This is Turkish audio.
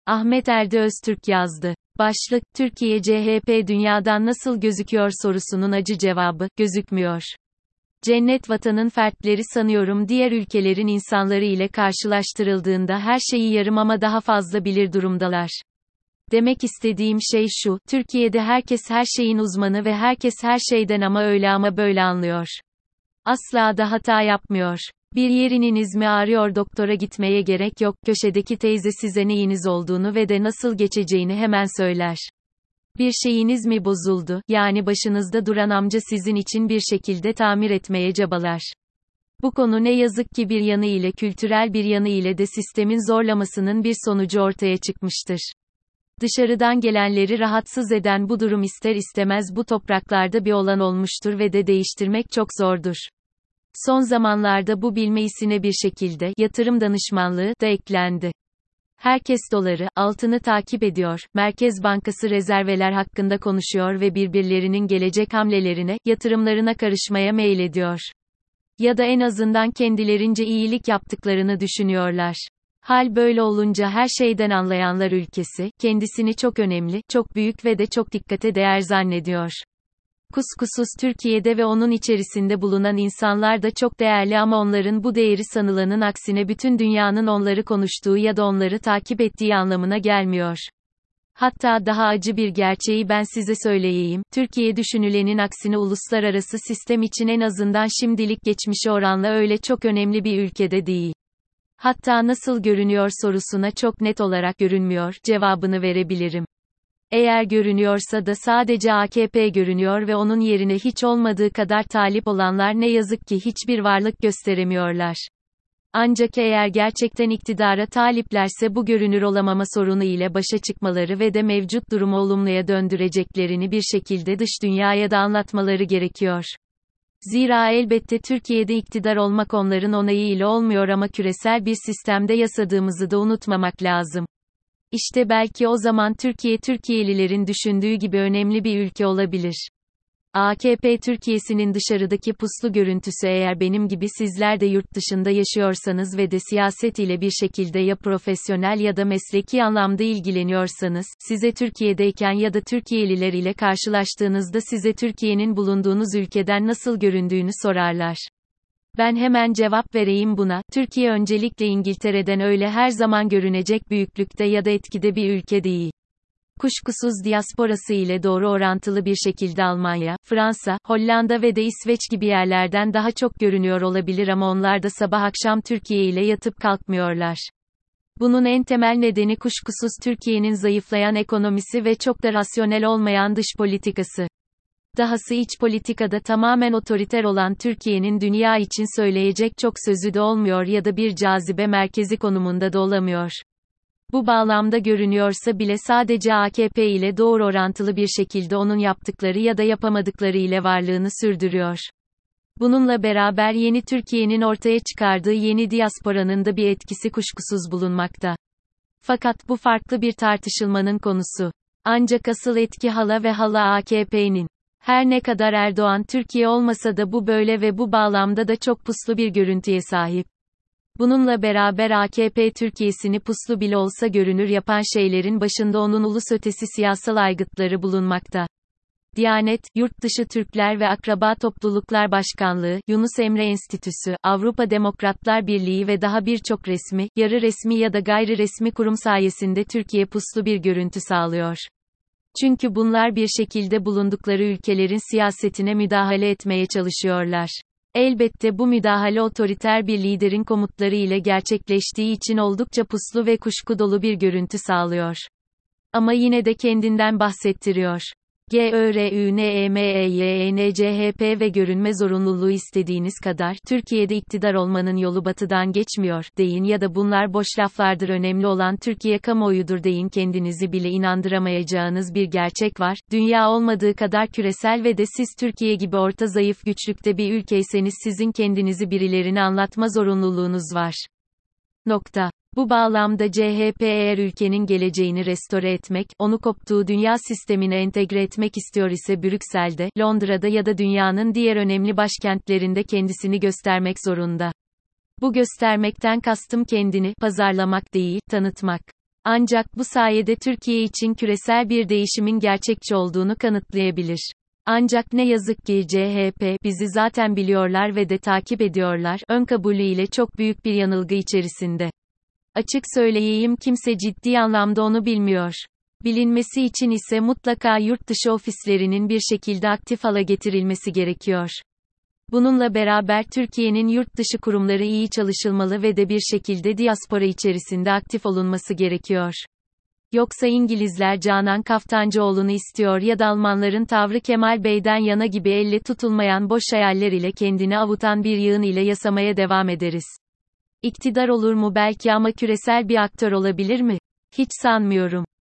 Ahmet Erdi Öztürk yazdı. Başlık, Türkiye CHP dünyadan nasıl gözüküyor sorusunun acı cevabı, gözükmüyor. Cennet vatanın fertleri sanıyorum diğer ülkelerin insanları ile karşılaştırıldığında her şeyi yarım ama daha fazla bilir durumdalar. Demek istediğim şey şu, Türkiye'de herkes her şeyin uzmanı ve herkes her şeyden ama öyle ama böyle anlıyor. Asla da hata yapmıyor. Bir yeriniz mi ağrıyor, doktora gitmeye gerek yok, köşedeki teyze size neyiniz olduğunu ve de nasıl geçeceğini hemen söyler. Bir şeyiniz mi bozuldu, yani başınızda duran amca sizin için bir şekilde tamir etmeye çabalar. Bu konu ne yazık ki bir yanı ile kültürel bir yanı ile de sistemin zorlamasının bir sonucu ortaya çıkmıştır. Dışarıdan gelenleri rahatsız eden bu durum ister istemez bu topraklarda bir olan olmuştur ve de değiştirmek çok zordur. Son zamanlarda bu bilmeisine bir şekilde yatırım danışmanlığı da eklendi. Herkes doları, altını takip ediyor, Merkez Bankası rezerveler hakkında konuşuyor ve birbirlerinin gelecek hamlelerine, yatırımlarına karışmaya meylediyor. Ya da en azından kendilerince iyilik yaptıklarını düşünüyorlar. Hal böyle olunca her şeyden anlayanlar ülkesi, kendisini çok önemli, çok büyük ve de çok dikkate değer zannediyor. Kuşkusuz Türkiye'de ve onun içerisinde bulunan insanlar da çok değerli ama onların bu değeri sanılanın aksine bütün dünyanın onları konuştuğu ya da onları takip ettiği anlamına gelmiyor. Hatta daha acı bir gerçeği ben size söyleyeyim, Türkiye düşünülenin aksine uluslararası sistem için en azından şimdilik geçmişe oranla öyle çok önemli bir ülkede değil. Hatta nasıl görünüyor sorusuna çok net olarak görünmüyor cevabını verebilirim. Eğer görünüyorsa da sadece AKP görünüyor ve onun yerine hiç olmadığı kadar talip olanlar ne yazık ki hiçbir varlık gösteremiyorlar. Ancak eğer gerçekten iktidara taliplerse bu görünür olamama sorunu ile başa çıkmaları ve de mevcut durumu olumluya döndüreceklerini bir şekilde dış dünyaya da anlatmaları gerekiyor. Zira elbette Türkiye'de iktidar olmak onların onayı ile olmuyor ama küresel bir sistemde yaşadığımızı da unutmamak lazım. İşte belki o zaman Türkiye Türkiyelilerin düşündüğü gibi önemli bir ülke olabilir. AKP Türkiye'sinin dışarıdaki puslu görüntüsü eğer benim gibi sizler de yurt dışında yaşıyorsanız ve de siyaset ile bir şekilde ya profesyonel ya da mesleki anlamda ilgileniyorsanız, size Türkiye'deyken ya da Türkiyeliler ile karşılaştığınızda size Türkiye'nin bulunduğunuz ülkeden nasıl göründüğünü sorarlar. Ben hemen cevap vereyim buna, Türkiye öncelikle İngiltere'den öyle her zaman görünecek büyüklükte ya da etkide bir ülke değil. Kuşkusuz diasporası ile doğru orantılı bir şekilde Almanya, Fransa, Hollanda ve de İsveç gibi yerlerden daha çok görünüyor olabilir ama onlar da sabah akşam Türkiye ile yatıp kalkmıyorlar. Bunun en temel nedeni kuşkusuz Türkiye'nin zayıflayan ekonomisi ve çok da rasyonel olmayan dış politikası. Dahası iç politikada tamamen otoriter olan Türkiye'nin dünya için söyleyecek çok sözü de olmuyor ya da bir cazibe merkezi konumunda da olamıyor. Bu bağlamda görünüyorsa bile sadece AKP ile doğru orantılı bir şekilde onun yaptıkları ya da yapamadıkları ile varlığını sürdürüyor. Bununla beraber yeni Türkiye'nin ortaya çıkardığı yeni diasporanın da bir etkisi kuşkusuz bulunmakta. Fakat bu farklı bir tartışılmanın konusu. Ancak asıl etki hala ve hala AKP'nin. Her ne kadar Erdoğan Türkiye olmasa da bu böyle ve bu bağlamda da çok puslu bir görüntüye sahip. Bununla beraber AKP Türkiye'sini puslu bile olsa görünür yapan şeylerin başında onun ulus ötesi siyasal aygıtları bulunmakta. Diyanet, Yurtdışı Türkler ve Akraba Topluluklar Başkanlığı, Yunus Emre Enstitüsü, Avrupa Demokratlar Birliği ve daha birçok resmi, yarı resmi ya da gayri resmi kurum sayesinde Türkiye puslu bir görüntü sağlıyor. Çünkü bunlar bir şekilde bulundukları ülkelerin siyasetine müdahale etmeye çalışıyorlar. Elbette bu müdahale otoriter bir liderin komutları ile gerçekleştiği için oldukça puslu ve kuşku dolu bir görüntü sağlıyor. Ama yine de kendinden bahsettiriyor. GÖRÜNEMEYNCHP ve görünme zorunluluğu istediğiniz kadar, Türkiye'de iktidar olmanın yolu batıdan geçmiyor, deyin ya da bunlar boş laflardır önemli olan Türkiye kamuoyudur deyin kendinizi bile inandıramayacağınız bir gerçek var, dünya olmadığı kadar küresel ve de siz Türkiye gibi orta zayıf güçlükte bir ülkeyseniz sizin kendinizi birilerine anlatma zorunluluğunuz var. Bu bağlamda CHP eğer ülkenin geleceğini restore etmek, onu koptuğu dünya sistemine entegre etmek istiyor ise Brüksel'de, Londra'da ya da dünyanın diğer önemli başkentlerinde kendisini göstermek zorunda. Bu göstermekten kastım kendini pazarlamak değil, tanıtmak. Ancak bu sayede Türkiye için küresel bir değişimin gerçekçi olduğunu kanıtlayabilir. Ancak ne yazık ki CHP, bizi zaten biliyorlar ve de takip ediyorlar, önkabulü çok büyük bir yanılgı içerisinde. Açık söyleyeyim, kimse ciddi anlamda onu bilmiyor. Bilinmesi için ise mutlaka yurt dışı ofislerinin bir şekilde aktif hale getirilmesi gerekiyor. Bununla beraber Türkiye'nin yurt dışı kurumları iyi çalışılmalı ve de bir şekilde diaspora içerisinde aktif olunması gerekiyor. Yoksa İngilizler Canan Kaftancıoğlu'nu istiyor ya da Almanların tavrı Kemal Bey'den yana gibi elle tutulmayan boş hayaller ile kendini avutan bir yığın ile yasamaya devam ederiz. İktidar olur mu belki ama küresel bir aktör olabilir mi? Hiç sanmıyorum.